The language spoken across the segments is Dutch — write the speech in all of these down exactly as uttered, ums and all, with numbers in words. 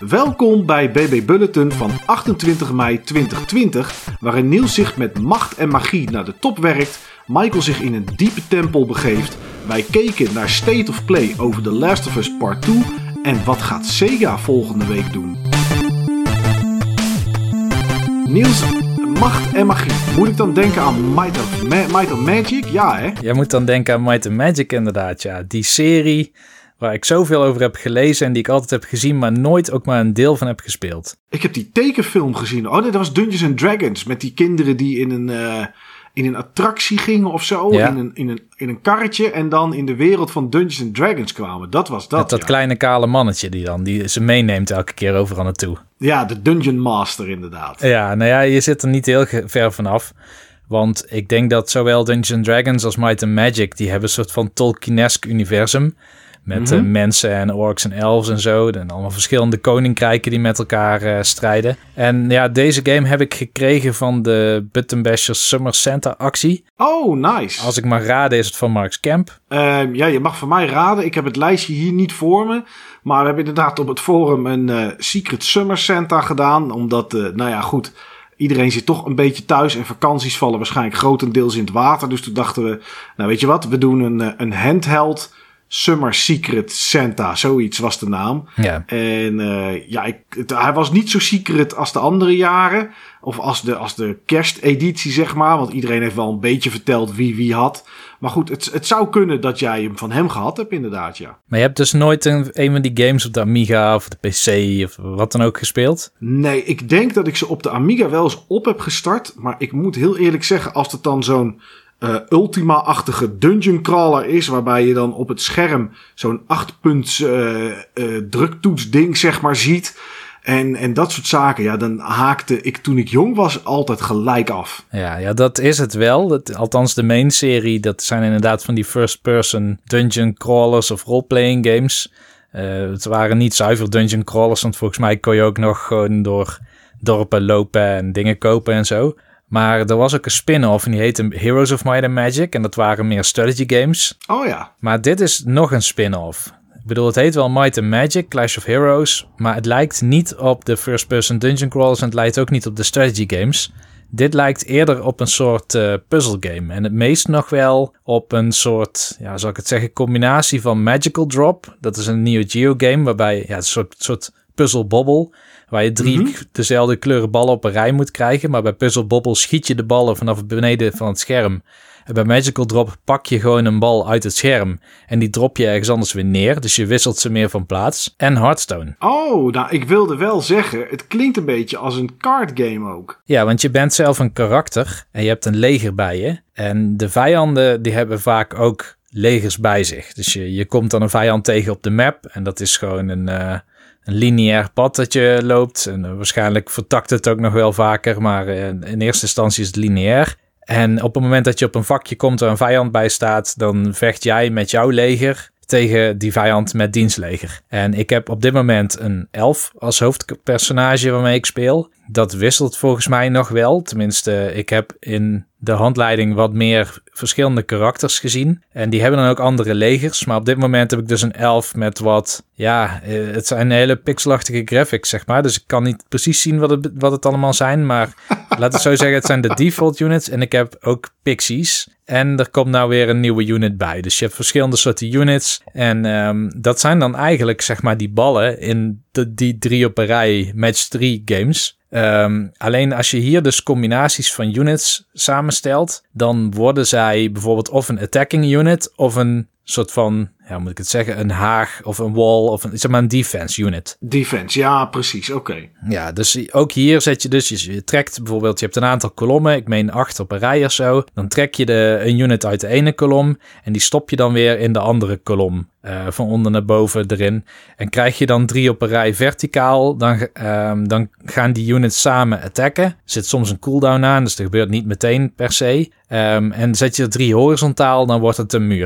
Welkom bij B B Bulletin van achtentwintig mei tweeduizend twintig, waarin Niels zich met macht en magie naar de top werkt, Michael zich in een diepe tempel begeeft, wij keken naar State of Play over The Last of Us Part twee en wat gaat Sega volgende week doen? Niels, macht en magie. Moet ik dan denken aan Might of, Ma- Might of Magic? Ja, hè? Jij moet dan denken aan Might of Magic inderdaad, ja. Die serie waar ik zoveel over heb gelezen en die ik altijd heb gezien, maar nooit ook maar een deel van heb gespeeld. Ik heb die tekenfilm gezien. Oh nee, dat was Dungeons and Dragons. Met die kinderen die in een, uh, in een attractie gingen of zo. Ja. In, een, in, een, in een karretje en dan in de wereld van Dungeons and Dragons kwamen. Dat was dat, Met dat ja. kleine kale mannetje die dan die ze meeneemt elke keer overal naartoe. Ja, de Dungeon Master inderdaad. Ja, nou ja, je zit er niet heel ver vanaf. Want ik denk dat zowel Dungeons and Dragons als Might and Magic, die hebben een soort van Tolkienesk universum. Met mm-hmm. uh, mensen en orks en elves en zo. En allemaal verschillende koninkrijken die met elkaar uh, strijden. En ja, deze game heb ik gekregen van de Button Bashers Summer Santa actie. Oh, nice. Als ik mag raden is het van Mark's Camp. Uh, ja, je mag van mij raden. Ik heb het lijstje hier niet voor me. Maar we hebben inderdaad op het forum een uh, Secret Summer Santa gedaan. Omdat, uh, nou ja, goed, iedereen zit toch een beetje thuis. En vakanties vallen waarschijnlijk grotendeels in het water. Dus toen dachten we, nou weet je wat, we doen een, een handheld Summer Secret Santa, zoiets was de naam. Ja. En uh, ja, ik, het, hij was niet zo secret als de andere jaren. Of als de, als de kersteditie, zeg maar. Want iedereen heeft wel een beetje verteld wie wie had. Maar goed, het, het zou kunnen dat jij hem van hem gehad hebt, inderdaad, ja. Maar je hebt dus nooit een, een van die games op de Amiga of de P C of wat dan ook gespeeld? Nee, ik denk dat ik ze op de Amiga wel eens op heb gestart. Maar ik moet heel eerlijk zeggen, als het dan zo'n Uh, Ultima-achtige dungeon crawler is, waarbij je dan op het scherm zo'n acht-punt uh, uh, druktoetsding, zeg maar, ziet. En, en dat soort zaken, ja, dan haakte ik toen ik jong was altijd gelijk af. Ja, ja, dat is het wel. Dat, althans, de main serie, dat zijn inderdaad van die first-person dungeon crawlers of role-playing games. Uh, het waren niet zuiver dungeon crawlers, want volgens mij kon je ook nog gewoon door dorpen lopen en dingen kopen en zo. Maar er was ook een spin-off en die heette Heroes of Might and Magic. En dat waren meer strategy games. Oh ja. Maar dit is nog een spin-off. Ik bedoel, het heet wel Might and Magic, Clash of Heroes. Maar het lijkt niet op de first-person dungeon crawlers en het lijkt ook niet op de strategy games. Dit lijkt eerder op een soort uh, puzzle game. En het meest nog wel op een soort, ja, zal ik het zeggen, combinatie van Magical Drop. Dat is een Neo Geo game waarbij, ja, een soort, soort puzzle bobble. Waar je drie mm-hmm. dezelfde kleuren ballen op een rij moet krijgen. Maar bij Puzzle Bobble schiet je de ballen vanaf beneden van het scherm. En bij Magical Drop pak je gewoon een bal uit het scherm. En die drop je ergens anders weer neer. Dus je wisselt ze meer van plaats. En Hearthstone. Oh, nou ik wilde wel zeggen, het klinkt een beetje als een card game ook. Ja, want je bent zelf een karakter. En je hebt een leger bij je. En de vijanden die hebben vaak ook legers bij zich. Dus je, je komt dan een vijand tegen op de map. En dat is gewoon een... Uh, Een lineair pad dat je loopt. En uh, waarschijnlijk vertakt het ook nog wel vaker. Maar uh, in eerste instantie is het lineair. En op het moment dat je op een vakje komt waar een vijand bij staat, dan vecht jij met jouw leger tegen die vijand met diens leger. En ik heb op dit moment een elf als hoofdpersonage waarmee ik speel. Dat wisselt volgens mij nog wel. Tenminste, ik heb in de handleiding wat meer verschillende karakters gezien. En die hebben dan ook andere legers. Maar op dit moment heb ik dus een elf met wat... Ja, het zijn hele pixelachtige graphics, zeg maar. Dus ik kan niet precies zien wat het, wat het allemaal zijn. Maar laat het zo zeggen, het zijn de default units. En ik heb ook pixies. En er komt nou weer een nieuwe unit bij. Dus je hebt verschillende soorten units. En um, dat zijn dan eigenlijk, zeg maar, die ballen in de, die drie op een rij match drie games. Um, alleen als je hier dus combinaties van units samenstelt, dan worden zij bijvoorbeeld of een attacking unit of een soort van, ja, moet ik het zeggen, een haag of een wall of een, zeg maar een defense unit. Defense, ja, precies, oké. Okay. Ja, dus ook hier zet je dus, je, je trekt bijvoorbeeld, je hebt een aantal kolommen, ik meen acht op een rij of zo. Dan trek je de, een unit uit de ene kolom en die stop je dan weer in de andere kolom. Uh, van onder naar boven erin. En krijg je dan drie op een rij verticaal, dan, um, dan gaan die units samen attacken. Er zit soms een cooldown aan, dus dat gebeurt niet meteen per se. Um, en zet je er drie horizontaal, dan wordt het een muur.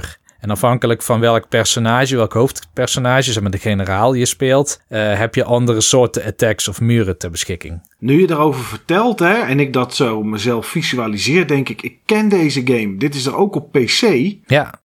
En afhankelijk van welk personage, welk hoofdpersonage, zeg maar de generaal je speelt, uh, heb je andere soorten attacks of muren ter beschikking. Nu je erover vertelt, hè, en ik dat zo mezelf visualiseer, denk ik, ik ken deze game. Dit is er ook op P C. Ja.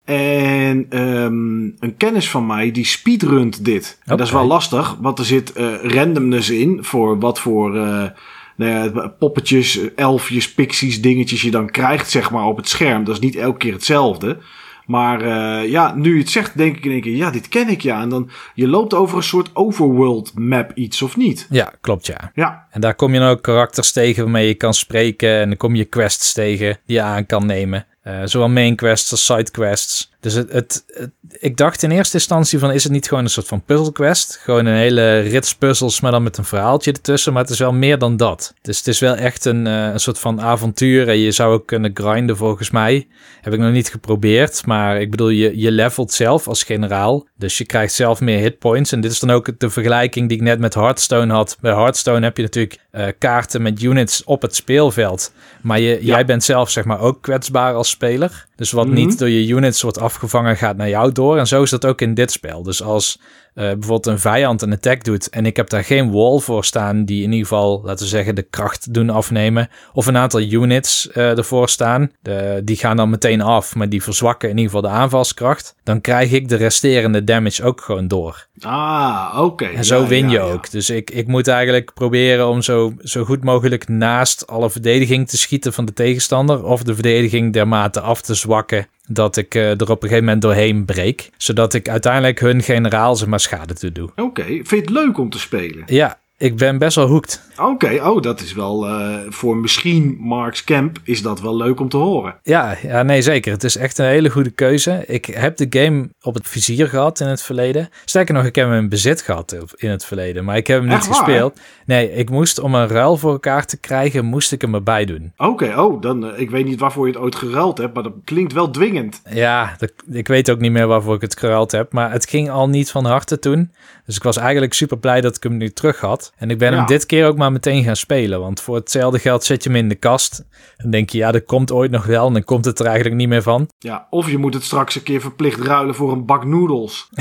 En um, een kennis van mij, die speedrunt dit. Okay. Dat is wel lastig, want er zit uh, randomness in voor wat voor uh, nou ja, poppetjes, elfjes, pixies, dingetjes je dan krijgt, zeg maar, op het scherm. Dat is niet elke keer hetzelfde. Maar uh, ja, nu je het zegt, denk ik in één keer, ja, dit ken ik, ja. En dan, je loopt over een soort overworld map iets, of niet? Ja, klopt, ja. Ja. En daar kom je dan ook karakters tegen waarmee je kan spreken. En dan kom je quests tegen die je aan kan nemen. Uh, zowel main quests als side quests. Dus het, het, het, ik dacht in eerste instantie van, is het niet gewoon een soort van puzzle quest? Gewoon een hele rits puzzels, maar dan met een verhaaltje ertussen. Maar het is wel meer dan dat. Dus het is wel echt een, uh, een soort van avontuur. En je zou ook kunnen grinden volgens mij. Heb ik nog niet geprobeerd. Maar ik bedoel, je, je levelt zelf als generaal. Dus je krijgt zelf meer hitpoints. En dit is dan ook de vergelijking die ik net met Hearthstone had. Bij Hearthstone heb je natuurlijk uh, kaarten met units op het speelveld. Maar je, ja. jij bent zelf zeg maar ook kwetsbaar als speler. Dus wat mm-hmm. niet door je units wordt afgevangen, gaat naar jou door. En zo is dat ook in dit spel. Dus als uh, bijvoorbeeld een vijand een attack doet en ik heb daar geen wall voor staan die in ieder geval, laten we zeggen, de kracht doen afnemen. Of een aantal units uh, ervoor staan. De, die gaan dan meteen af, maar die verzwakken in ieder geval de aanvalskracht. Dan krijg ik de resterende damage ook gewoon door. Ah, oké. Okay. En zo ja, win je ja, ook. Ja. Dus ik, ik moet eigenlijk proberen om zo, zo goed mogelijk naast alle verdediging te schieten van de tegenstander. Of de verdediging dermate af te zwakken dat ik uh, er op een gegeven moment doorheen breek. Zodat ik uiteindelijk hun generaal zeg maar schade toe doe. Oké, okay. Vind je het leuk om te spelen? Ja, ik ben best wel hooked. Oké, okay. oh, dat is wel uh, voor misschien Mark's Camp is dat wel leuk om te horen. Ja, ja, nee, zeker. Het is echt een hele goede keuze. Ik heb de game op het vizier gehad in het verleden. Sterker nog, ik heb hem in bezit gehad in het verleden, maar ik heb hem niet echt gespeeld. Waar? Nee, ik moest om een ruil voor elkaar te krijgen, moest ik hem erbij doen. Oké, okay, oh, dan, uh, ik weet niet waarvoor je het ooit geruild hebt, maar dat klinkt wel dwingend. Ja, dat, ik weet ook niet meer waarvoor ik het geruild heb, maar het ging al niet van harte toen. Dus ik was eigenlijk super blij dat ik hem nu terug had. En ik ben ja. hem dit keer ook maar meteen gaan spelen. Want voor hetzelfde geld zet je hem in de kast. En denk je, ja, dat komt ooit nog wel. En dan komt het er eigenlijk niet meer van. Ja, of je moet het straks een keer verplicht ruilen voor een bak noedels.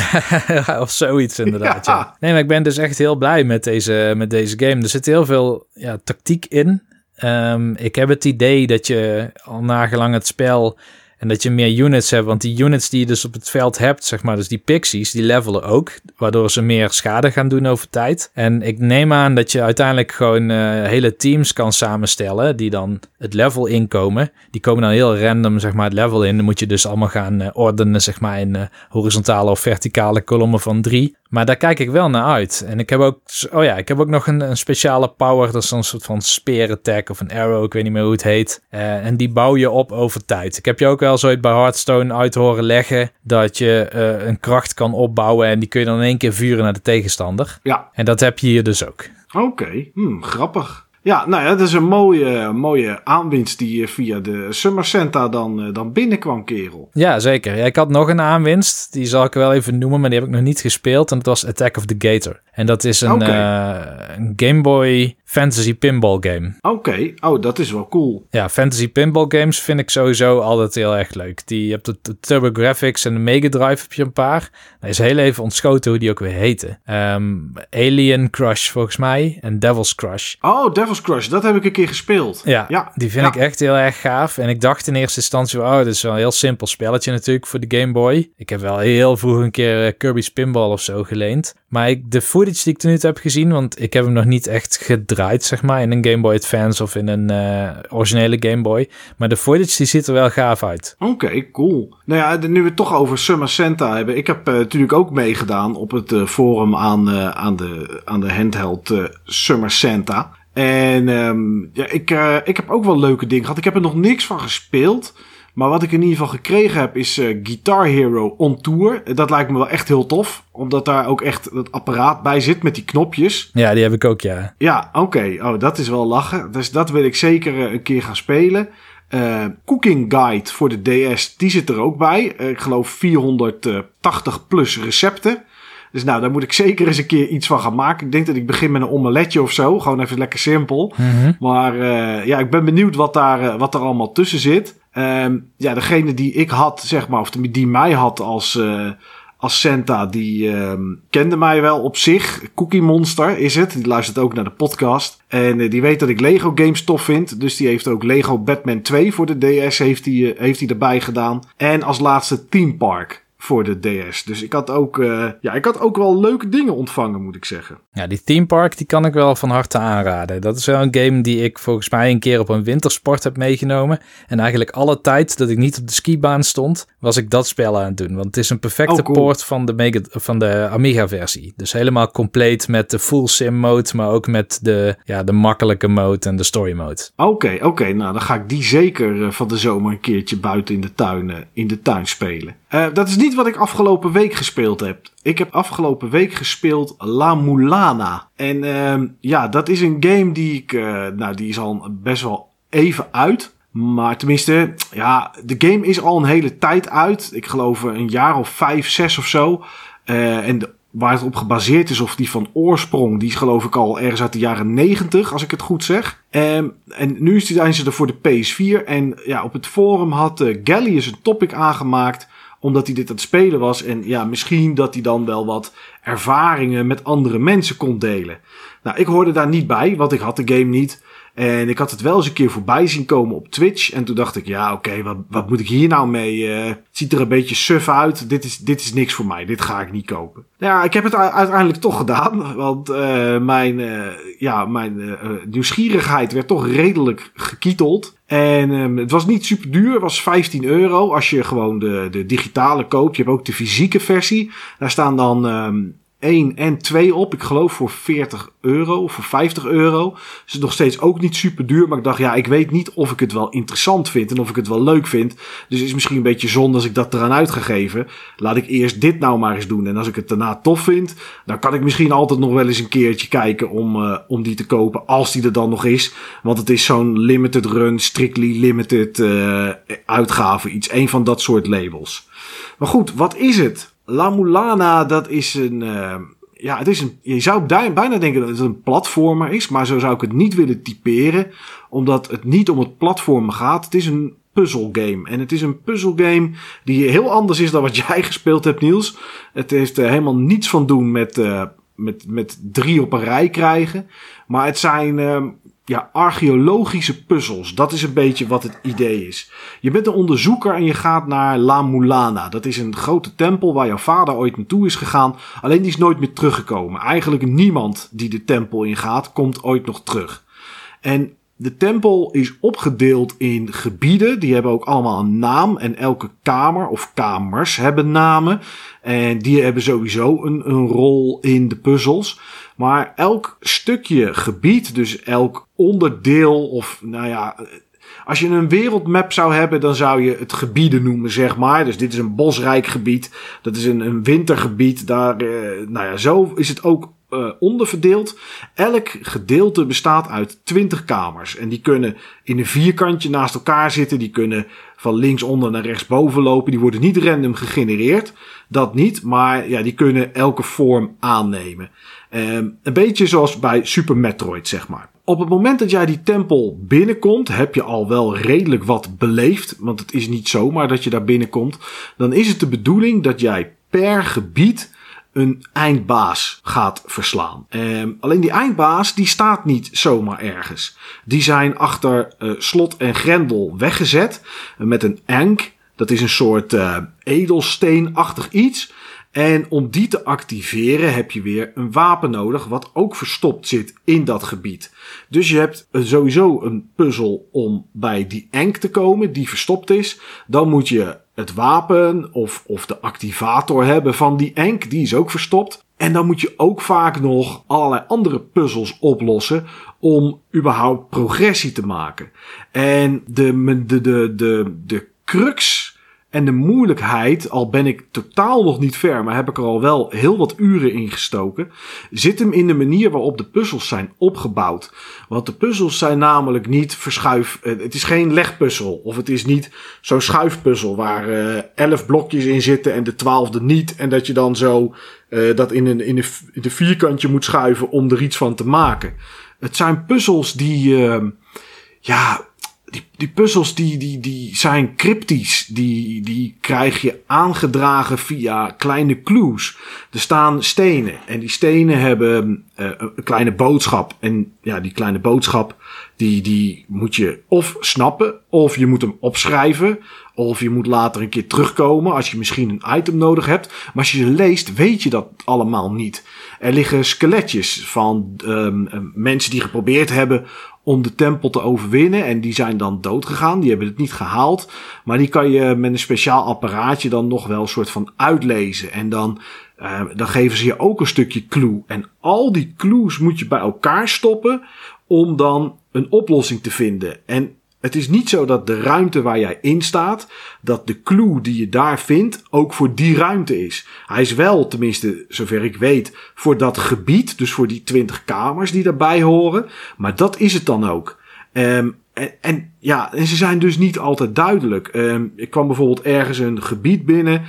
Of zoiets inderdaad, ja. ja. Nee, maar ik ben dus echt heel blij met deze, met deze game. Er zit heel veel ja, tactiek in. Um, ik heb het idee dat je al nagelang het spel... En dat je meer units hebt, want die units die je dus op het veld hebt, zeg maar, dus die pixies, die levelen ook, waardoor ze meer schade gaan doen over tijd. En ik neem aan dat je uiteindelijk gewoon uh, hele teams kan samenstellen, die dan het level inkomen. Die komen dan heel random, zeg maar, het level in. Dan moet je dus allemaal gaan uh, ordenen, zeg maar, in uh, horizontale of verticale kolommen van drie. Maar daar kijk ik wel naar uit. En ik heb ook, oh ja, ik heb ook nog een, een speciale power. Dat is dan een soort van spear attack of een arrow. Ik weet niet meer hoe het heet. Uh, en die bouw je op over tijd. Ik heb je ook wel zoiets bij Hearthstone uit horen leggen. Dat je uh, een kracht kan opbouwen. En die kun je dan in één keer vuren naar de tegenstander. Ja. En dat heb je hier dus ook. Oké, okay. hm, grappig. Ja, nou ja, dat is een mooie, mooie aanwinst die via de Summer Santa dan, dan binnenkwam, kerel. Ja, zeker. Ja, ik had nog een aanwinst. Die zal ik wel even noemen, maar die heb ik nog niet gespeeld. En dat was Attack of the Gator. En dat is een, okay. uh, een Game Boy Fantasy Pinball game. Oké, okay. Oh, dat is wel cool. Ja, Fantasy Pinball games vind ik sowieso altijd heel erg leuk. Die, je hebt de, de TurboGrafx en de Mega Drive heb je een paar. Hij is heel even ontschoten hoe die ook weer heten. Um, Alien Crush volgens mij en Devil's Crush. Oh, Devil's Crush, dat heb ik een keer gespeeld. Ja, ja. die vind ja. ik echt heel erg gaaf. En ik dacht in eerste instantie, oh, dit is wel een heel simpel spelletje natuurlijk voor de Game Boy. Ik heb wel heel vroeg een keer Kirby's Pinball of zo geleend. Maar ik, de footage die ik toen heb gezien, want ik heb hem nog niet echt gedraaid, zeg maar, in een Game Boy Advance of in een uh, originele Game Boy. Maar de footage die ziet er wel gaaf uit. Oké, okay, cool. Nou ja, nu we het toch over Summer Santa hebben. Ik heb uh, natuurlijk ook meegedaan op het uh, forum aan, uh, aan, de, aan de handheld uh, Summer Santa. En um, ja, ik, uh, ik heb ook wel leuke dingen gehad. Ik heb er nog niks van gespeeld. Maar wat ik in ieder geval gekregen heb is uh, Guitar Hero On Tour. Dat lijkt me wel echt heel tof. Omdat daar ook echt het apparaat bij zit met die knopjes. Ja, die heb ik ook, ja. Ja, oké. Okay. Oh, dat is wel lachen. Dus dat wil ik zeker uh, een keer gaan spelen. Uh, Cooking Guide voor de D S, die zit er ook bij. Uh, ik geloof vierhonderdtachtig plus recepten. Dus nou, daar moet ik zeker eens een keer iets van gaan maken. Ik denk dat ik begin met een omeletje of zo. Gewoon even lekker simpel. Mm-hmm. Maar uh, ja, ik ben benieuwd wat daar, uh, wat er allemaal tussen zit. Um, ja, degene die ik had, zeg maar, of die mij had als, uh, als Santa, die um, kende mij wel op zich. Cookie Monster is het. Die luistert ook naar de podcast. En uh, die weet dat ik Lego games tof vind. Dus die heeft ook Lego Batman twee voor de D S heeft die, uh, heeft die erbij gedaan. En als laatste Theme Park voor de D S. Dus ik had ook, uh, ja, ik had ook wel leuke dingen ontvangen, moet ik zeggen. Ja, die Theme Park, die kan ik wel van harte aanraden. Dat is wel een game die ik volgens mij een keer op een wintersport heb meegenomen. En eigenlijk alle tijd dat ik niet op de skibaan stond, was ik dat spel aan het doen. Want het is een perfecte oh, cool. poort van de, Mega, van de Amiga-versie. Dus helemaal compleet met de full sim mode, maar ook met de, ja, de makkelijke mode en de story mode. Oké, okay, oké. Okay. Nou, dan ga ik die zeker uh, van de zomer een keertje buiten in de tuin, uh, in de tuin spelen. Uh, dat is niet wat ik afgelopen week gespeeld heb. Ik heb afgelopen week gespeeld La Mulana. En uh, ja, dat is een game die ik... Uh, nou, die is al best wel even uit. Maar tenminste, ja, de game is al een hele tijd uit. Ik geloof een jaar of vijf, zes of zo. Uh, en de, waar het op gebaseerd is, of die van oorsprong, die is geloof ik al ergens uit de jaren negentig, als ik het goed zeg. Um, en nu zijn ze er voor de P S vier. En ja, op het forum had uh, Gallius een topic aangemaakt, omdat hij dit aan het spelen was. En ja, misschien dat hij dan wel wat ervaringen met andere mensen kon delen. Nou, ik hoorde daar niet bij, want ik had de game niet. En ik had het wel eens een keer voorbij zien komen op Twitch. En toen dacht ik, ja oké, okay, wat, wat moet ik hier nou mee? Uh, het ziet er een beetje suf uit. Dit is, dit is niks voor mij. Dit ga ik niet kopen. Ja, ik heb het uiteindelijk toch gedaan. Want uh, mijn, uh, ja, mijn uh, nieuwsgierigheid werd toch redelijk gekieteld. En um, het was niet super duur. Het was vijftien euro als je gewoon de, de digitale koopt. Je hebt ook de fysieke versie. Daar staan dan Um, één en twee op. Ik geloof voor veertig euro of voor vijftig euro. Dus het is nog steeds ook niet super duur. Maar ik dacht, ja, ik weet niet of ik het wel interessant vind en of ik het wel leuk vind. Dus het is misschien een beetje zonde als ik dat eraan uit ga geven. Laat ik eerst dit nou maar eens doen. En als ik het daarna tof vind, dan kan ik misschien altijd nog wel eens een keertje kijken om, uh, om die te kopen. Als die er dan nog is. Want het is zo'n limited run, strictly limited uh, uitgave. Iets, een van dat soort labels. Maar goed, wat is het? La Mulana, dat is een, uh, ja, het is een, je zou bijna denken dat het een platformer is, maar zo zou ik het niet willen typeren, omdat het niet om het platformen gaat. Het is een puzzelgame. En het is een puzzelgame die heel anders is dan wat jij gespeeld hebt, Niels. Het heeft uh, helemaal niets van doen met, uh, met, met drie op een rij krijgen, maar het zijn Uh, Ja, archeologische puzzels. Dat is een beetje wat het idee is. Je bent een onderzoeker en je gaat naar La Mulana. Dat is een grote tempel waar jouw vader ooit naartoe is gegaan. Alleen die is nooit meer teruggekomen. Eigenlijk niemand die de tempel ingaat, komt ooit nog terug. En de tempel is opgedeeld in gebieden. Die hebben ook allemaal een naam. En elke kamer of kamers hebben namen. En die hebben sowieso een, een rol in de puzzels. Maar elk stukje gebied, dus elk onderdeel of nou ja, als je een wereldmap zou hebben, dan zou je het gebieden noemen, zeg maar. Dus dit is een bosrijk gebied, dat is een, een wintergebied. Daar, uh, nou ja, zo is het ook uh, onderverdeeld. Elk gedeelte bestaat uit twintig kamers. En die kunnen in een vierkantje naast elkaar zitten. Die kunnen van linksonder naar rechtsboven lopen. Die worden niet random gegenereerd. Dat niet, maar ja, die kunnen elke vorm aannemen. Um, een beetje zoals bij Super Metroid, zeg maar. Op het moment dat jij die tempel binnenkomt, heb je al wel redelijk wat beleefd. Want het is niet zomaar dat je daar binnenkomt. Dan is het de bedoeling dat jij per gebied een eindbaas gaat verslaan. Um, alleen die eindbaas, die staat niet zomaar ergens. Die zijn achter uh, slot en grendel weggezet. Uh, met een ankh. Dat is een soort uh, edelsteenachtig iets. En om die te activeren heb je weer een wapen nodig wat ook verstopt zit in dat gebied. Dus je hebt sowieso een puzzel om bij die ankh te komen die verstopt is. Dan moet je het wapen of, of de activator hebben van die ankh, die is ook verstopt. En dan moet je ook vaak nog allerlei andere puzzels oplossen om überhaupt progressie te maken. En de, de, de, de, de crux en de moeilijkheid, al ben ik totaal nog niet ver, maar heb ik er al wel heel wat uren in gestoken, zit hem in de manier waarop de puzzels zijn opgebouwd. Want de puzzels zijn namelijk niet verschuif, het is geen legpuzzel, of het is niet zo'n schuifpuzzel waar uh, elf blokjes in zitten en de twaalfde niet, en dat je dan zo uh, dat in een, in een, in een vierkantje moet schuiven om er iets van te maken. Het zijn puzzels die, uh, ja, die, die puzzels die, die, die zijn cryptisch. Die, die krijg je aangedragen via kleine clues. Er staan stenen en die stenen hebben uh, een kleine boodschap. En ja, die kleine boodschap die, die moet je of snappen of je moet hem opschrijven. Of je moet later een keer terugkomen als je misschien een item nodig hebt. Maar als je ze leest, weet je dat allemaal niet. Er liggen skeletjes van um, um, mensen die geprobeerd hebben om de tempel te overwinnen. En die zijn dan doodgegaan. Die hebben het niet gehaald. Maar die kan je met een speciaal apparaatje dan nog wel een soort van uitlezen. En dan, uh, dan geven ze je ook een stukje clue. En al die clues moet je bij elkaar stoppen om dan een oplossing te vinden. En het is niet zo dat de ruimte waar jij in staat, dat de clue die je daar vindt ook voor die ruimte is. Hij is wel, tenminste zover ik weet, voor dat gebied, dus voor die twintig kamers die daarbij horen. Maar dat is het dan ook. Um, en, en ja, en ze zijn dus niet altijd duidelijk. Um, ik kwam bijvoorbeeld ergens een gebied binnen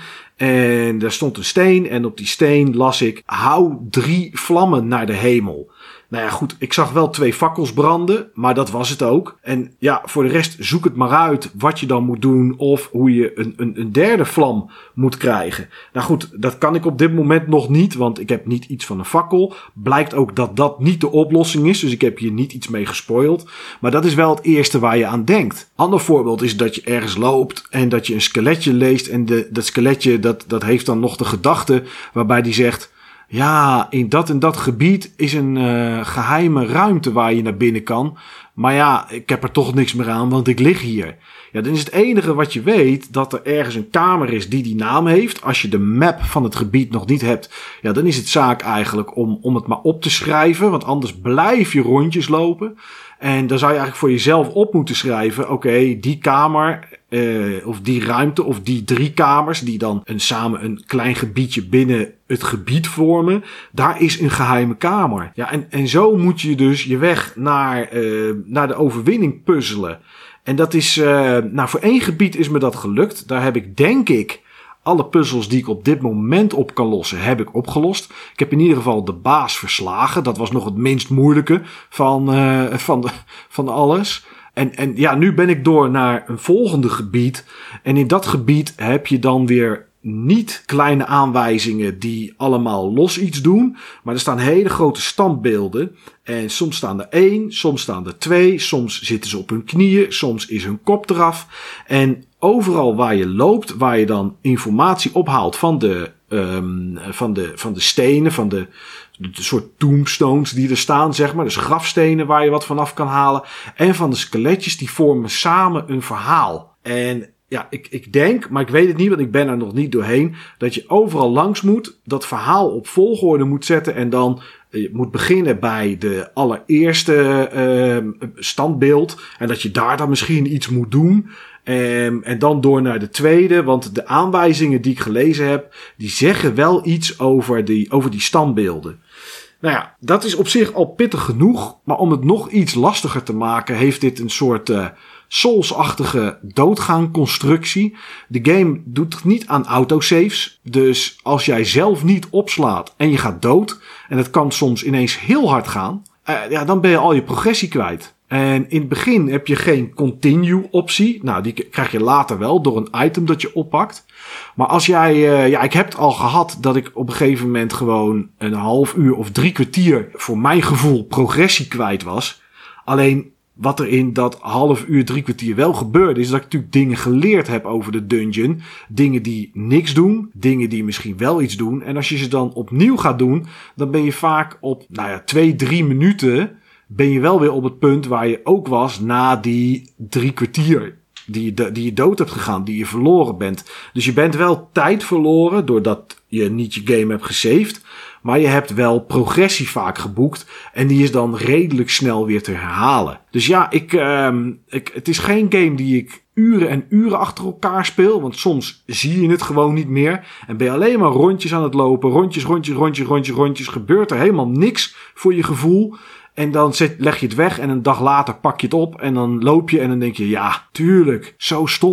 en daar stond een steen en op die steen las ik: hou drie vlammen naar de hemel. Nou ja, goed, ik zag wel twee fakkels branden, maar dat was het ook. En ja, voor de rest zoek het maar uit wat je dan moet doen of hoe je een, een, een derde vlam moet krijgen. Nou goed, dat kan ik op dit moment nog niet, want ik heb niet iets van een fakkel. Blijkt ook dat dat niet de oplossing is, dus ik heb hier niet iets mee gespoild. Maar dat is wel het eerste waar je aan denkt. Ander voorbeeld is dat je ergens loopt en dat je een skeletje leest en de, dat skeletje dat, dat heeft dan nog de gedachte waarbij die zegt: ja, in dat en dat gebied is een uh, geheime ruimte waar je naar binnen kan. Maar ja, ik heb er toch niks meer aan, want ik lig hier. Ja, dan is het enige wat je weet dat er ergens een kamer is die die naam heeft. Als je de map van het gebied nog niet hebt, ja, dan is het zaak eigenlijk om, om het maar op te schrijven. Want anders blijf je rondjes lopen. En dan zou je eigenlijk voor jezelf op moeten schrijven: oké, okay, die kamer, uh, of die ruimte, of die drie kamers die dan een, samen een klein gebiedje binnen het gebied vormen, daar is een geheime kamer. Ja, en, en zo moet je dus je weg naar, uh, naar de overwinning puzzelen. En dat is, uh, nou voor één gebied is me dat gelukt. Daar heb ik, denk ik, alle puzzels die ik op dit moment op kan lossen, heb ik opgelost. Ik heb in ieder geval de baas verslagen. Dat was nog het minst moeilijke van, uh, van, de, van alles. En, en ja, nu ben ik door naar een volgende gebied. En in dat gebied heb je dan weer niet kleine aanwijzingen die allemaal los iets doen. Maar er staan hele grote standbeelden. En soms staan er één, soms staan er twee. Soms zitten ze op hun knieën, soms is hun kop eraf. En overal waar je loopt, waar je dan informatie ophaalt van de, um, van de, van de stenen, van de, de soort tombstones die er staan, zeg maar. Dus grafstenen waar je wat vanaf kan halen. En van de skeletjes, die vormen samen een verhaal. En ja, ik, ik denk, maar ik weet het niet, want ik ben er nog niet doorheen, dat je overal langs moet, dat verhaal op volgorde moet zetten en dan je moet beginnen bij de allereerste uh, standbeeld en dat je daar dan misschien iets moet doen. Um, en dan door naar de tweede, want de aanwijzingen die ik gelezen heb, die zeggen wel iets over die, over die standbeelden. Nou ja, dat is op zich al pittig genoeg, maar om het nog iets lastiger te maken, heeft dit een soort uh, Souls-achtige doodgaanconstructie. De game doet niet aan autosaves, dus als jij zelf niet opslaat en je gaat dood, en het kan soms ineens heel hard gaan, uh, ja, dan ben je al je progressie kwijt. En in het begin heb je geen continue optie. Nou, die krijg je later wel door een item dat je oppakt. Maar als jij, uh, ja, ik heb het al gehad dat ik op een gegeven moment gewoon een half uur of drie kwartier voor mijn gevoel progressie kwijt was. Alleen wat er in dat half uur, drie kwartier wel gebeurde, is dat ik natuurlijk dingen geleerd heb over de dungeon. Dingen die niks doen, dingen die misschien wel iets doen. En als je ze dan opnieuw gaat doen, dan ben je vaak op, nou ja, twee, drie minuten ben je wel weer op het punt waar je ook was na die drie kwartier die je, die je dood hebt gegaan, die je verloren bent. Dus je bent wel tijd verloren doordat je niet je game hebt gesaved, maar je hebt wel progressie vaak geboekt en die is dan redelijk snel weer te herhalen. Dus ja, ik, um, ik, het is geen game die ik uren en uren achter elkaar speel, want soms zie je het gewoon niet meer en ben je alleen maar rondjes aan het lopen, rondjes, rondjes, rondjes, rondjes, rondjes, gebeurt er helemaal niks voor je gevoel. En dan zet, leg je het weg en een dag later pak je het op en dan loop je en dan denk je, ja, tuurlijk, zo stom.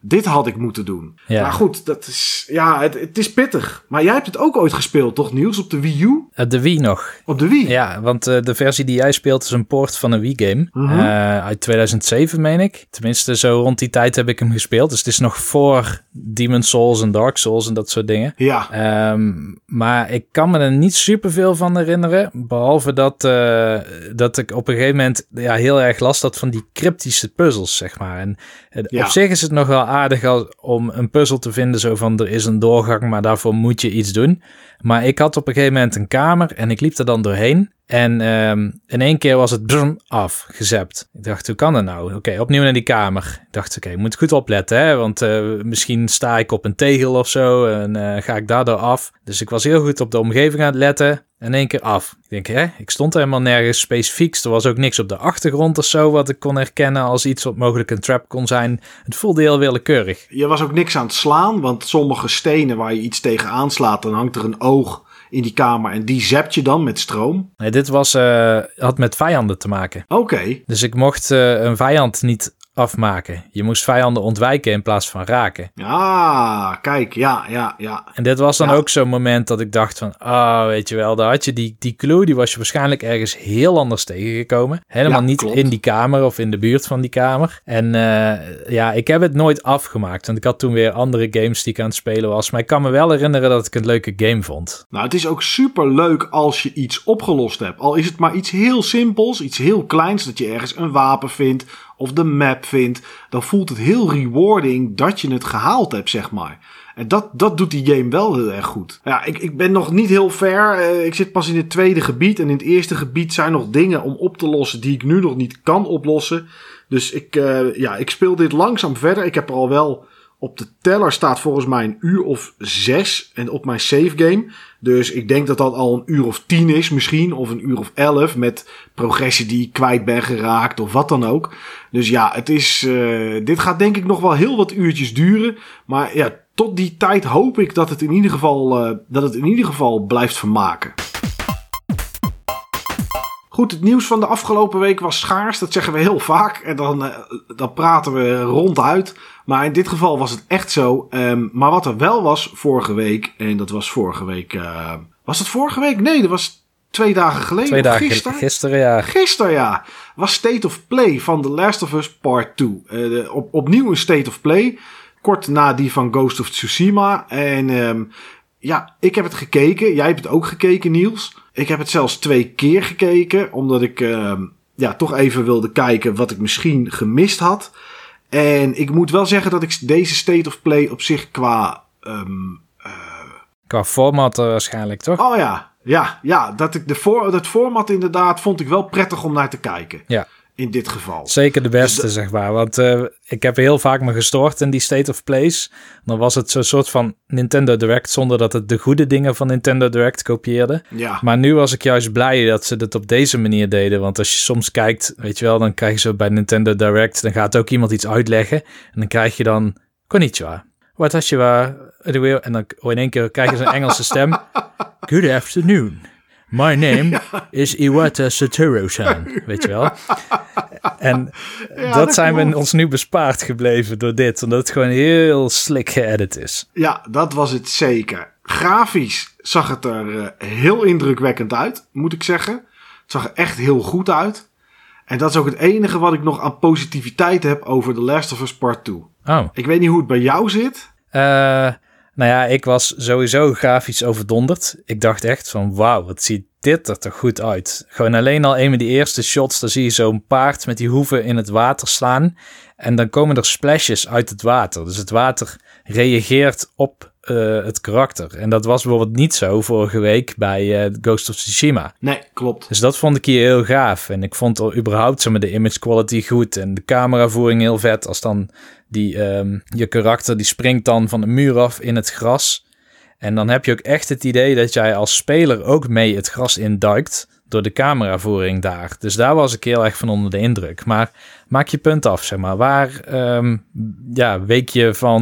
dit had ik moeten doen. Ja. Maar goed, dat is, ja, het, het is pittig. Maar jij hebt het ook ooit gespeeld, toch Niels? Op de Wii U? Uh, de Wii nog. Op de Wii? Ja, want uh, de versie die jij speelt is een port van een Wii-game. Mm-hmm. Uh, uit tweeduizend zeven, meen ik. Tenminste, zo rond die tijd heb ik hem gespeeld. Dus het is nog voor Demon's Souls en Dark Souls en dat soort dingen. Ja. Um, maar ik kan me er niet superveel van herinneren. Behalve dat, uh, dat ik op een gegeven moment ja, heel erg last had van die cryptische puzzels, zeg maar. En uh, Ja. op zich is het nog wel aardig als, om een puzzel te vinden, zo van er is een doorgang, maar daarvoor moet je iets doen. Maar ik had op een gegeven moment een kamer en ik liep er dan doorheen. En um, in één keer was het brum, af, gezapt. Ik dacht, hoe kan dat nou? Oké, okay, opnieuw naar die kamer. Ik dacht, oké, okay, moet goed opletten, hè? Want uh, misschien sta ik op een tegel of zo en uh, ga ik daardoor af. Dus ik was heel goed op de omgeving aan het letten. En in één keer af. Ik denk, hè, ik stond helemaal nergens specifieks. Er was ook niks op de achtergrond of zo wat ik kon herkennen als iets wat mogelijk een trap kon zijn. Het voelde heel willekeurig. Je was ook niks aan het slaan, want sommige stenen waar je iets tegen aanslaat, dan hangt er een oog in die kamer en die zapt je dan met stroom. Nee, dit was, uh, had met vijanden te maken. Oké. Okay. Dus ik mocht uh, een vijand niet afmaken. Je moest vijanden ontwijken in plaats van raken. Ah, kijk, ja, ja, ja. En dit was dan ja. ook zo'n moment dat ik dacht van, ah, oh, weet je wel, daar had je die, die clue, die was je waarschijnlijk ergens heel anders tegengekomen. Helemaal ja, niet klopt. in die kamer of in de buurt van die kamer. En uh, ja, ik heb het nooit afgemaakt, want ik had toen weer andere games die ik aan het spelen was. Maar ik kan me wel herinneren dat ik een leuke game vond. Nou, het is ook super leuk als je iets opgelost hebt. Al is het maar iets heel simpels, iets heel kleins, dat je ergens een wapen vindt of de map vindt, dan voelt het heel rewarding dat je het gehaald hebt, zeg maar. En dat, dat doet die game wel heel erg goed. Ja, ik, ik ben nog niet heel ver. Uh, ik zit pas in het tweede gebied. En in het eerste gebied zijn nog dingen om op te lossen die ik nu nog niet kan oplossen. Dus ik, uh, ja, ik speel dit langzaam verder. Ik heb er al wel... Op de teller staat volgens mij een uur of zes en op mijn save game. Dus ik denk dat dat al een uur of tien is misschien. Of een uur of elf met progressie die ik kwijt ben geraakt of wat dan ook. Dus ja, het is, uh, dit gaat denk ik nog wel heel wat uurtjes duren. Maar ja, tot die tijd hoop ik dat het in ieder geval, uh, dat het in ieder geval blijft vermaken. Goed, het nieuws van de afgelopen week was schaars. Dat zeggen we heel vaak. En dan, uh, dan praten we ronduit. Maar in dit geval was het echt zo. Um, maar wat er wel was vorige week. En dat was vorige week... Uh, was het vorige week? Nee, dat was twee dagen geleden. Twee dagen gisteren? Gisteren, ja. Gisteren, ja. Was State of Play van The Last of Us Part twee. Uh, op, opnieuw een State of Play. Kort na die van Ghost of Tsushima. En um, ja, ik heb het gekeken. Jij hebt het ook gekeken, Niels. Ik heb het zelfs twee keer gekeken. Omdat ik uh, ja, toch even wilde kijken wat ik misschien gemist had. En ik moet wel zeggen dat ik deze State of Play op zich qua... Um, uh... Qua format uh, waarschijnlijk, toch? Oh ja, ja, ja dat, ik de voor, dat format inderdaad vond ik wel prettig om naar te kijken. Ja. In dit geval. Zeker de beste, dus de... zeg maar. Want uh, ik heb heel vaak me gestoord in die State of Plays. Dan was het zo'n soort van Nintendo Direct zonder dat het de goede dingen van Nintendo Direct kopieerde. Ja. Maar nu was ik juist blij dat ze het op deze manier deden. Want als je soms kijkt, weet je wel, dan krijg je zo bij Nintendo Direct, dan gaat ook iemand iets uitleggen. En dan krijg je dan, konnichiwa, watashiwa, en dan in één keer krijg je zo'n Engelse stem. Good afternoon. My name ja. is Iwata Satoru-san, weet je wel. En ja, dat, dat zijn klopt. we ons nu bespaard gebleven door dit, omdat het gewoon heel slick geëdit is. Ja, dat was het zeker. Grafisch zag het er uh, heel indrukwekkend uit, moet ik zeggen. Het zag er echt heel goed uit. En dat is ook het enige wat ik nog aan positiviteit heb over The Last of Us Part twee. Oh. Ik weet niet hoe het bij jou zit. Uh, nou ja, ik was sowieso grafisch overdonderd. Ik dacht echt van wauw, wat ziet dit er toch goed uit. Gewoon alleen al een van die eerste shots, dan zie je zo'n paard met die hoeven in het water slaan. En dan komen er splashes uit het water. Dus het water reageert op uh, het karakter. En dat was bijvoorbeeld niet zo vorige week bij uh, Ghost of Tsushima. Nee, klopt. Dus dat vond ik hier heel gaaf. En ik vond er überhaupt zeg maar, de image quality goed en de cameravoering heel vet. Als dan die, um, je karakter die springt dan van de muur af in het gras. En dan heb je ook echt het idee dat jij als speler ook mee het gras induikt door de cameravoering daar. Dus daar was ik heel erg van onder de indruk. Maar maak je punt af, zeg maar. Waar um, ja, week je van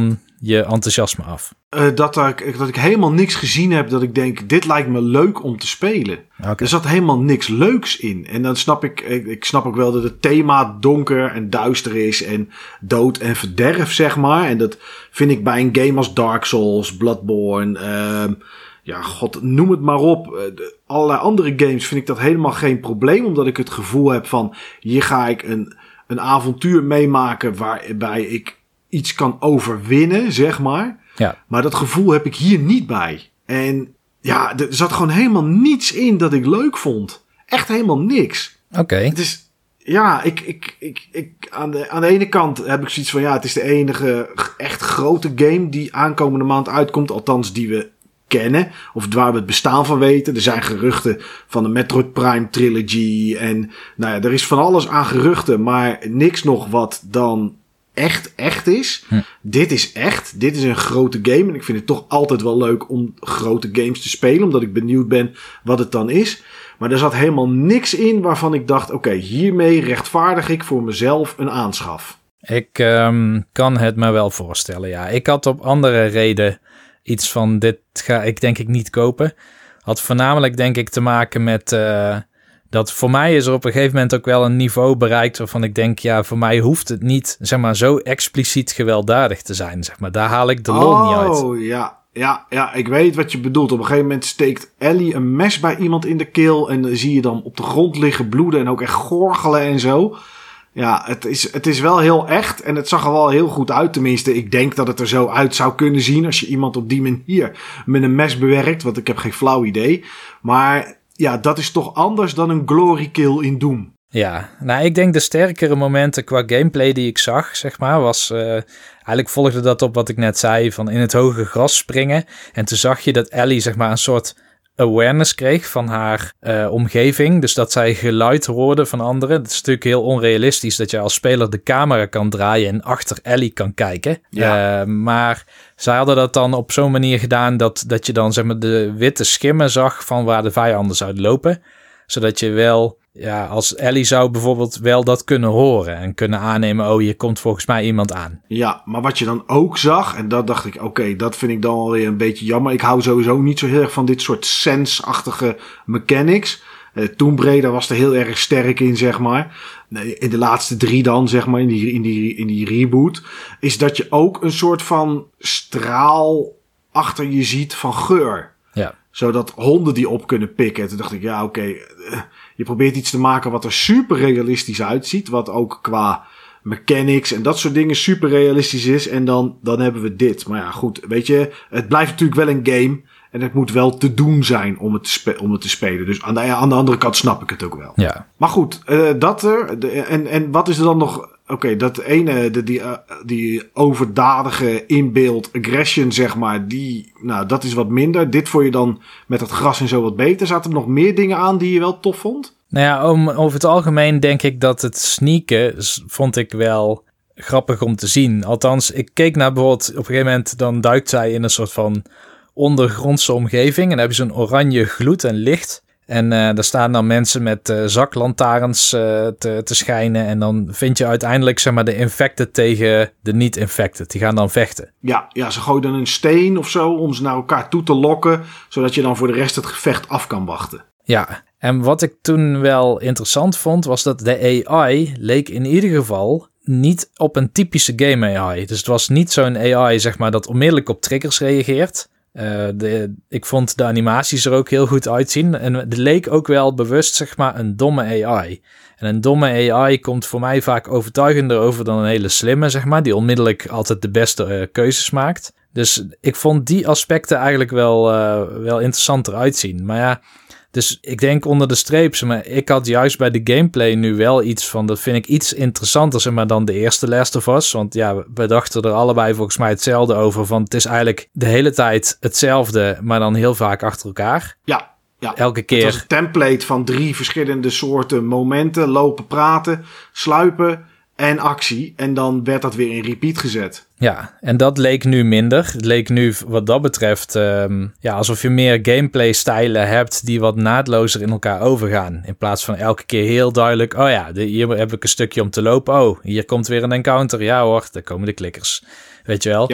je enthousiasme af? Uh, dat, ik, dat ik helemaal niks gezien heb dat ik denk, dit lijkt me leuk om te spelen. Okay. Er zat helemaal niks leuks in. En dan snap ik, ik, ik snap ook wel dat het thema donker en duister is en dood en verderf, zeg maar. En dat vind ik bij een game als Dark Souls, Bloodborne, uh, ja, god, noem het maar op. Uh, de, allerlei andere games vind ik dat helemaal geen probleem, omdat ik het gevoel heb van, hier ga ik een, een avontuur meemaken waarbij ik iets kan overwinnen, zeg maar. Ja. Maar dat gevoel heb ik hier niet bij. En ja, er zat gewoon helemaal niets in dat ik leuk vond. Echt helemaal niks. Oké. Okay. Het is, ja, ik, ik, ik, ik, aan, de, aan de ene kant heb ik zoiets van, ja, het is de enige echt grote game die aankomende maand uitkomt. Althans, die we kennen. Of waar we het bestaan van weten. Er zijn geruchten van de Metroid Prime Trilogy. En nou ja, er is van alles aan geruchten. Maar niks nog wat dan echt, echt is. Hm. Dit is echt. Dit is een grote game. En ik vind het toch altijd wel leuk om grote games te spelen. Omdat ik benieuwd ben wat het dan is. Maar er zat helemaal niks in waarvan ik dacht, oké, okay, hiermee rechtvaardig ik voor mezelf een aanschaf. Ik um, kan het me wel voorstellen, ja. Ik had op andere reden iets van, dit ga ik denk ik niet kopen. Had voornamelijk denk ik te maken met Uh, dat voor mij is er op een gegeven moment ook wel een niveau bereikt waarvan ik denk, ja, voor mij hoeft het niet, zeg maar, zo expliciet gewelddadig te zijn, zeg maar. Daar haal ik de lol oh, niet uit. Oh, ja, ja, ja, ik weet wat je bedoelt. Op een gegeven moment steekt Ellie een mes bij iemand in de keel en dan zie je dan op de grond liggen bloeden en ook echt gorgelen en zo. Ja, het is, het is wel heel echt en het zag er wel heel goed uit. Tenminste, ik denk dat het er zo uit zou kunnen zien als je iemand op die manier met een mes bewerkt, want ik heb geen flauw idee. Maar ja, dat is toch anders dan een glory kill in Doom. Ja, nou, ik denk de sterkere momenten qua gameplay die ik zag, zeg maar, was Uh, eigenlijk volgde dat op wat ik net zei, van in het hoge gras springen. En toen zag je dat Ellie, zeg maar, een soort awareness kreeg van haar uh, omgeving. Dus dat zij geluid hoorde van anderen. Het is natuurlijk heel onrealistisch dat je als speler de camera kan draaien en achter Ellie kan kijken. Ja. Uh, maar zij hadden dat dan op zo'n manier gedaan dat, dat je dan, zeg maar, de witte schimmen zag van waar de vijanden zouden lopen. Zodat je wel, ja, als Ellie zou bijvoorbeeld wel dat kunnen horen en kunnen aannemen, oh, hier komt volgens mij iemand aan. Ja, maar wat je dan ook zag, en dat dacht ik, oké, okay, dat vind ik dan alweer een beetje jammer. Ik hou sowieso niet zo heel erg van dit soort Sense-achtige mechanics. Uh, Tomb Raider was er heel erg sterk in, zeg maar. In de laatste drie dan, zeg maar, in die, in die, in die reboot, is dat je ook een soort van straal achter je ziet van geur. Ja. Zodat honden die op kunnen pikken. Toen dacht ik, ja, oké, okay, uh, je probeert iets te maken wat er super realistisch uitziet. Wat ook qua mechanics en dat soort dingen super realistisch is. En dan, dan hebben we dit. Maar ja, goed, weet je, het blijft natuurlijk wel een game. En het moet wel te doen zijn om het te, spe- om het te spelen. Dus aan de, aan de andere kant snap ik het ook wel. Ja. Maar goed, uh, dat er. De, en, en wat is er dan nog? Oké, okay, dat ene, de, die, uh, die overdadige inbeeld aggression, zeg maar. Die, nou, dat is wat minder. Dit vond je dan met het gras en zo wat beter. Zaten er nog meer dingen aan die je wel tof vond? Nou ja, om, over het algemeen denk ik dat het sneaken vond ik wel grappig om te zien. Althans, ik keek naar bijvoorbeeld, op een gegeven moment dan duikt zij in een soort van ondergrondse omgeving. En dan heb je zo'n oranje gloed en licht. En uh, daar staan dan mensen met uh, zaklantaarns uh, te, te schijnen. En dan vind je uiteindelijk, zeg maar, de infected tegen de niet-infected. Die gaan dan vechten. Ja, ja, ze gooien dan een steen of zo om ze naar elkaar toe te lokken. Zodat je dan voor de rest het gevecht af kan wachten. Ja, en wat ik toen wel interessant vond, was dat de A I leek in ieder geval niet op een typische game A I. Dus het was niet zo'n A I, zeg maar, dat onmiddellijk op triggers reageert. Uh, de, ik vond de animaties er ook heel goed uitzien. En het leek ook wel bewust, zeg maar, een domme A I. En een domme A I komt voor mij vaak overtuigender over dan een hele slimme, zeg maar, die onmiddellijk altijd de beste uh, keuzes maakt. Dus ik vond die aspecten eigenlijk wel, uh, wel interessanter uitzien. Maar ja, dus ik denk onder de streep, zeg maar, ik had juist bij de gameplay nu wel iets van, dat vind ik iets interessanter, zeg maar, dan de eerste Last of Us. Want ja, we dachten er allebei volgens mij hetzelfde over, van het is eigenlijk de hele tijd hetzelfde, maar dan heel vaak achter elkaar. Ja. Ja, elke keer. Het was een template van drie verschillende soorten momenten. Lopen, praten, sluipen en actie. En dan werd dat weer in repeat gezet. Ja, en dat leek nu minder. Het leek nu wat dat betreft um, ja, alsof je meer gameplay-stijlen hebt die wat naadlozer in elkaar overgaan. In plaats van elke keer heel duidelijk, oh ja, de, hier heb ik een stukje om te lopen. Oh, hier komt weer een encounter. Ja hoor, daar komen de klikkers. Weet je wel? Ja.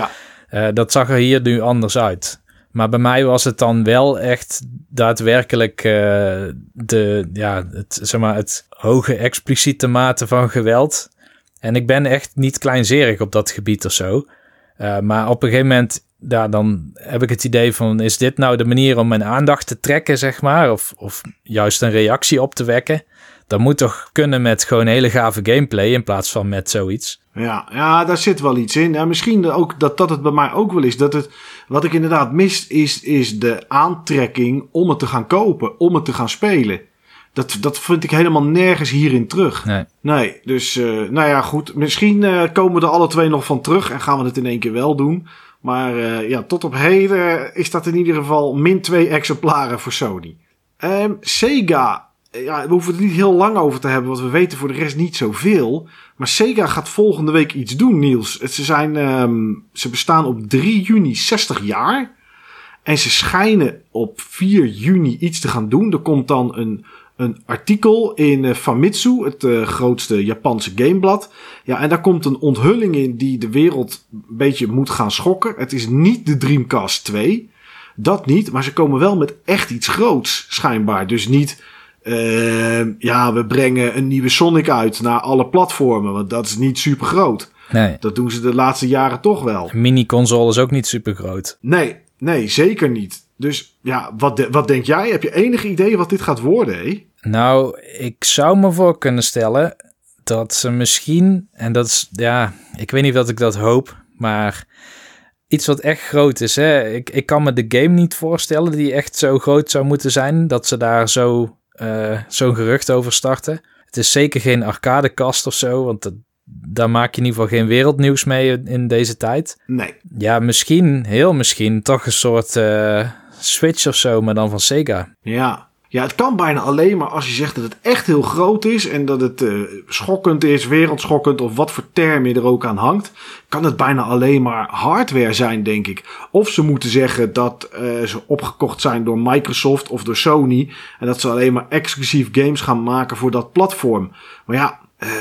Uh, dat zag er hier nu anders uit. Maar bij mij was het dan wel echt daadwerkelijk uh, de, ja, het, zeg maar, het hoge expliciete mate van geweld. En ik ben echt niet kleinzerig op dat gebied of zo. Uh, maar op een gegeven moment, ja, dan heb ik het idee van, is dit nou de manier om mijn aandacht te trekken, zeg maar? Of, of juist een reactie op te wekken? Dat moet toch kunnen met gewoon hele gave gameplay in plaats van met zoiets. Ja, ja, daar zit wel iets in. Ja, misschien ook dat dat het bij mij ook wel is. Dat het, wat ik inderdaad mis, is, is de aantrekking om het te gaan kopen, om het te gaan spelen. Dat, dat vind ik helemaal nergens hierin terug. Nee. Nee, dus uh, nou ja, goed. Misschien uh, komen we er alle twee nog van terug en gaan we het in één keer wel doen. Maar uh, ja, tot op heden is dat in ieder geval min twee exemplaren voor Sony. Um, Sega, ja, we hoeven het niet heel lang over te hebben, want we weten voor de rest niet zoveel. Maar Sega gaat volgende week iets doen, Niels. Ze, zijn, um, ze bestaan op drie juni zestig jaar. En ze schijnen op vier juni iets te gaan doen. Er komt dan een... Een artikel in uh, Famitsu, het uh, grootste Japanse gameblad. Ja, en daar komt een onthulling in die de wereld een beetje moet gaan schokken. Het is niet de Dreamcast twee. Dat niet, maar ze komen wel met echt iets groots, schijnbaar. Dus niet, uh, ja, we brengen een nieuwe Sonic uit naar alle platformen. Want dat is niet super groot. Nee. Dat doen ze de laatste jaren toch wel. Een mini-console is ook niet super groot. Nee, nee, zeker niet. Dus ja, wat, de, wat denk jij? Heb je enig idee wat dit gaat worden, hé? Nou, ik zou me voor kunnen stellen dat ze misschien, en dat is, ja, ik weet niet of ik dat hoop, maar iets wat echt groot is, hè. Ik, ik kan me de game niet voorstellen die echt zo groot zou moeten zijn, dat ze daar zo, uh, zo'n gerucht over starten. Het is zeker geen arcadekast of zo, want dat, daar maak je in ieder geval geen wereldnieuws mee in deze tijd. Nee. Ja, misschien, heel misschien, toch een soort uh, Switch of zo, maar dan van Sega. Ja. Ja, het kan bijna alleen maar als je zegt dat het echt heel groot is en dat het uh, schokkend is, wereldschokkend of wat voor term je er ook aan hangt. Kan het bijna alleen maar hardware zijn, denk ik. Of ze moeten zeggen dat uh, ze opgekocht zijn door Microsoft of door Sony en dat ze alleen maar exclusief games gaan maken voor dat platform. Maar ja,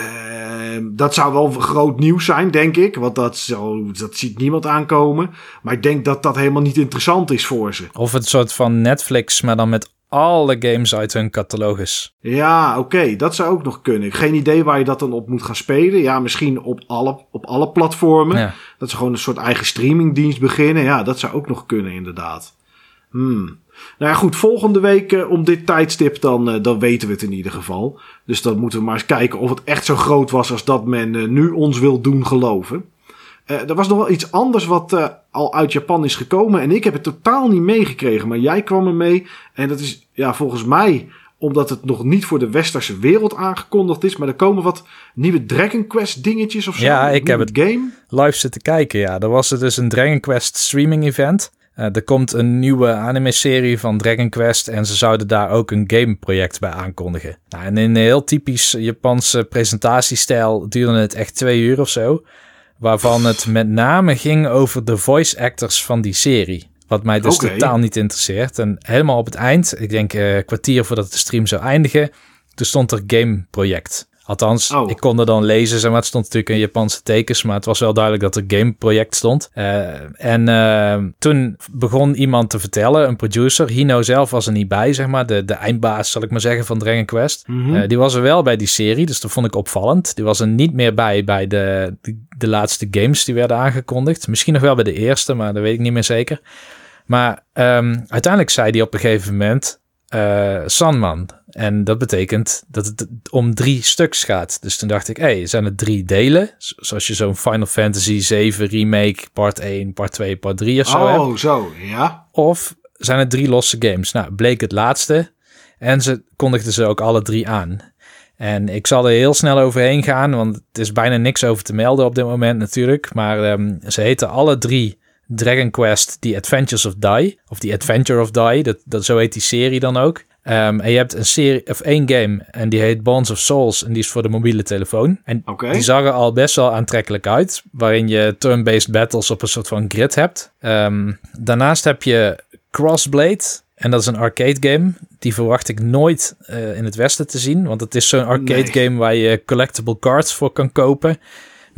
uh, dat zou wel groot nieuws zijn, denk ik. Want dat, zo, dat ziet niemand aankomen. Maar ik denk dat dat helemaal niet interessant is voor ze. Of het soort van Netflix, maar dan met alle games uit hun catalogus. Ja, oké, okay, dat zou ook nog kunnen. Geen idee waar je dat dan op moet gaan spelen. Ja, misschien op alle, op alle platformen. Ja. Dat ze gewoon een soort eigen streamingdienst beginnen. Ja, dat zou ook nog kunnen, inderdaad. Hmm. Nou ja, goed, volgende week uh, om dit tijdstip, dan, uh, dan weten we het in ieder geval. Dus dan moeten we maar eens kijken of het echt zo groot was als dat men uh, nu ons wil doen geloven. Uh, er was nog wel iets anders wat uh, al uit Japan is gekomen. En ik heb het totaal niet meegekregen. Maar jij kwam er mee. En dat is ja, volgens mij omdat het nog niet voor de westerse wereld aangekondigd is. Maar er komen wat nieuwe Dragon Quest dingetjes of zo. Ja, ik heb het game. live zitten kijken. Ja, er was er dus een Dragon Quest streaming event. Uh, er komt een nieuwe anime-serie van Dragon Quest en ze zouden daar ook een gameproject bij aankondigen. Nou, en in een heel typisch Japanse presentatiestijl duurde het echt twee uur of zo. Waarvan het met name ging over de voice actors van die serie. Wat mij dus okay. totaal niet interesseert. En helemaal op het eind, ik denk een uh, kwartier voordat de stream zou eindigen, toen stond er gameproject. Althans, oh. ik kon er dan lezen, zeg maar, het stond natuurlijk in Japanse tekens, maar het was wel duidelijk dat er gameproject stond. Uh, en uh, toen begon iemand te vertellen, een producer, Hino zelf was er niet bij, zeg maar, de, de eindbaas, zal ik maar zeggen, van Dragon Quest. Mm-hmm. Uh, die was er wel bij die serie, dus dat vond ik opvallend. Die was er niet meer bij bij de, de, de laatste games die werden aangekondigd. Misschien nog wel bij de eerste, maar dat weet ik niet meer zeker. Maar um, uiteindelijk zei hij op een gegeven moment Uh, Sanman. En dat betekent dat het om drie stuks gaat. Dus toen dacht ik, hé, hey, zijn het drie delen? Zoals je zo'n Final Fantasy zeven remake, part één, part twee, part drie of zo Oh, hebt. zo, ja. Of zijn het drie losse games? Nou, bleek het laatste. En ze kondigden ze ook alle drie aan. En ik zal er heel snel overheen gaan, want het is bijna niks over te melden op dit moment natuurlijk. Maar um, ze heten alle drie Dragon Quest The Adventures of Dai. Of The Adventure of Dai. Dat, dat, zo heet die serie dan ook. Um, en je hebt een serie of één game en die heet Bonds of Souls. En die is voor de mobiele telefoon. En okay. die zag er al best wel aantrekkelijk uit. Waarin je turn-based battles op een soort van grid hebt. Um, daarnaast heb je Crossblade. En dat is een arcade game. Die verwacht ik nooit uh, in het Westen te zien. Want het is zo'n arcade nee. game waar je collectible cards voor kan kopen.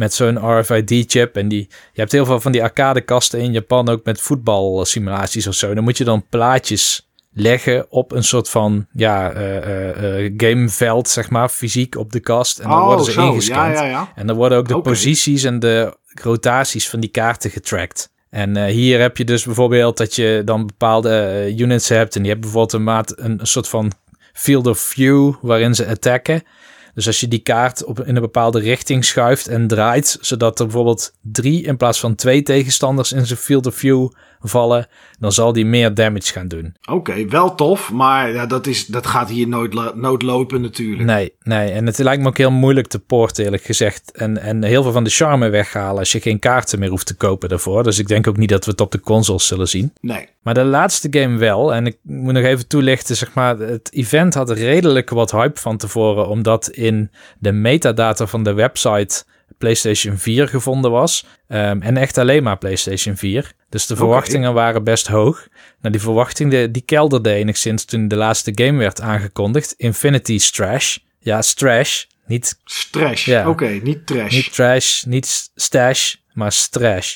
met zo'n R F I D-chip. En die, je hebt heel veel van die arcadekasten in Japan ook met voetbalsimulaties of zo. Dan moet je dan plaatjes leggen op een soort van ja, uh, uh, uh, gameveld, zeg maar, fysiek op de kast. En dan oh, worden ze zo. ingescand. Ja, ja, ja. En dan worden ook de okay. posities en de rotaties van die kaarten getracked. En uh, hier heb je dus bijvoorbeeld dat je dan bepaalde uh, units hebt. En die hebben bijvoorbeeld een, maat, een, een soort van field of view waarin ze attacken. Dus als je die kaart op, in een bepaalde richting schuift en draait, zodat er bijvoorbeeld drie in plaats van twee tegenstanders in zijn field of view vallen, dan zal die meer damage gaan doen. Oké, okay, wel tof, maar ja, dat, is, dat gaat hier nooit, nooit lopen natuurlijk. Nee, nee, en het lijkt me ook heel moeilijk te porten eerlijk gezegd. En, en heel veel van de charme weghalen als je geen kaarten meer hoeft te kopen daarvoor. Dus ik denk ook niet dat we het op de consoles zullen zien. Nee. Maar de laatste game wel, en ik moet nog even toelichten, zeg maar, het event had redelijk wat hype van tevoren, omdat in de metadata van de website PlayStation vier gevonden was. Um, en echt alleen maar PlayStation vier. Dus de verwachtingen okay. waren best hoog. Nou, die verwachtingen die kelderden enigszins toen de laatste game werd aangekondigd. Infinity Strash. Ja, Strash. Niet... Strash, ja. Oké, okay, niet trash. Niet trash, niet stash, maar Strash.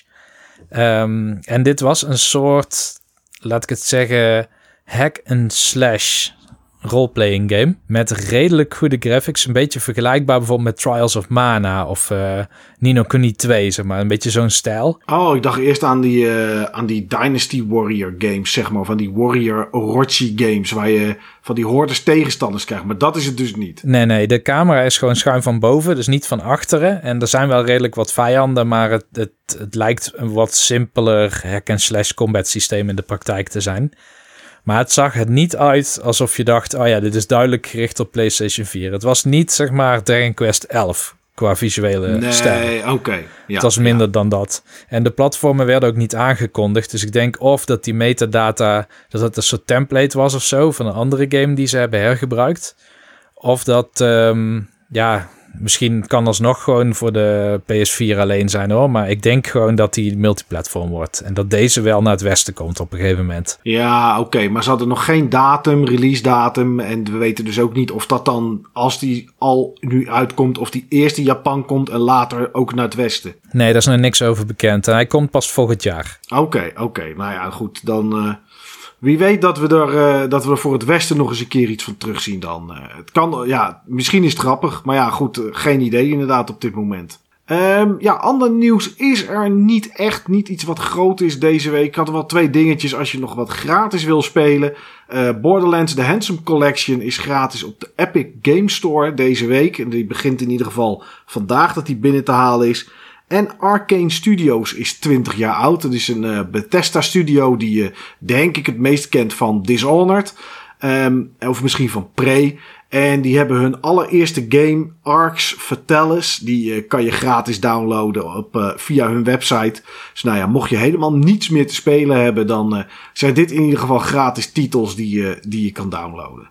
Um, en dit was een soort, laat ik het zeggen, hack and slash roleplaying game met redelijk goede graphics. Een beetje vergelijkbaar bijvoorbeeld met Trials of Mana of uh, Ni no Kuni twee, zeg maar. Een beetje zo'n stijl. Oh, ik dacht eerst aan die, uh, aan die Dynasty Warrior games, zeg maar. Van die Warrior Orochi games waar je van die hordes tegenstanders krijgt. Maar dat is het dus niet. Nee, nee. De camera is gewoon schuin van boven, dus niet van achteren. En er zijn wel redelijk wat vijanden, maar het, het, het lijkt een wat simpeler hack-and-slash combat systeem in de praktijk te zijn. Maar het zag er niet uit alsof je dacht, oh ja, dit is duidelijk gericht op PlayStation vier. Het was niet, zeg maar, Dragon Quest elf qua visuele nee, stijl. Nee, oké. Okay. Ja, het was minder ja. dan dat. En de platformen werden ook niet aangekondigd. Dus ik denk of dat die metadata, dat het een soort template was of zo van een andere game die ze hebben hergebruikt. Of dat, um, ja, misschien kan alsnog gewoon voor de P S vier alleen zijn hoor. Maar ik denk gewoon dat die multiplatform wordt. En dat deze wel naar het westen komt op een gegeven moment. Ja, oké. Okay, maar ze hadden nog geen datum, release datum. En we weten dus ook niet of dat dan, als die al nu uitkomt, of die eerst in Japan komt en later ook naar het westen. Nee, daar is nog niks over bekend. En hij komt pas volgend jaar. Oké, okay, oké. Okay. Nou ja, goed. Dan... Uh... Wie weet dat we, er, uh, dat we er voor het Westen nog eens een keer iets van terugzien dan. Uh, het kan, ja, misschien is het grappig. Maar ja, goed, uh, geen idee inderdaad op dit moment. Um, ja, ander nieuws is er niet echt. Niet iets wat groot is deze week. Ik had er wel twee dingetjes als je nog wat gratis wil spelen. Uh, Borderlands The Handsome Collection is gratis op de Epic Game Store deze week. En die begint in ieder geval vandaag dat die binnen te halen is. En Arcane Studios is twintig jaar oud. Dat is een uh, Bethesda studio die je uh, denk ik het meest kent van Dishonored. Um, of misschien van Prey. En die hebben hun allereerste game Arx Fatalis. Die uh, kan je gratis downloaden op, uh, via hun website. Dus nou ja, mocht je helemaal niets meer te spelen hebben, dan uh, zijn dit in ieder geval gratis titels die, uh, die je kan downloaden.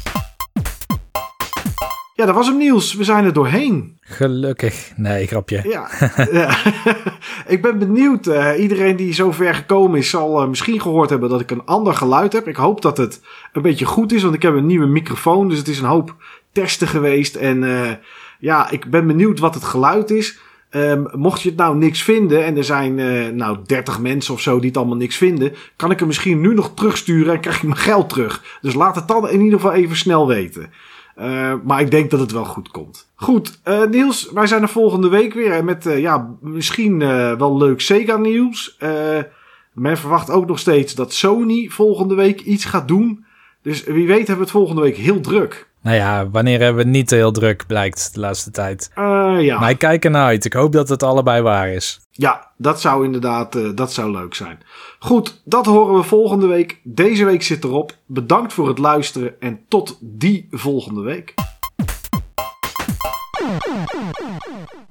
Ja, dat was hem Niels. We zijn er doorheen. Gelukkig. Nee, grapje. Ja, ja. Ik ben benieuwd. Uh, iedereen die zo ver gekomen is, zal uh, misschien gehoord hebben dat ik een ander geluid heb. Ik hoop dat het een beetje goed is, want ik heb een nieuwe microfoon. Dus het is een hoop testen geweest. En uh, ja, ik ben benieuwd wat het geluid is. Um, mocht je het nou niks vinden, en er zijn uh, nou dertig mensen of zo die het allemaal niks vinden, kan ik hem misschien nu nog terugsturen en krijg ik mijn geld terug. Dus laat het dan in ieder geval even snel weten. Uh, maar ik denk dat het wel goed komt. Goed, uh, Niels, wij zijn er volgende week weer met uh, ja, misschien uh, wel leuk Sega nieuws. Uh, men verwacht ook nog steeds dat Sony volgende week iets gaat doen. Dus wie weet hebben we het volgende week heel druk. Nou ja, wanneer hebben we het niet heel druk, blijkt de laatste tijd. Uh, ja. Maar ik kijk ernaar uit. Ik hoop dat het allebei waar is. Ja, dat zou inderdaad uh, dat zou leuk zijn. Goed, dat horen we volgende week. Deze week zit erop. Bedankt voor het luisteren en tot die volgende week.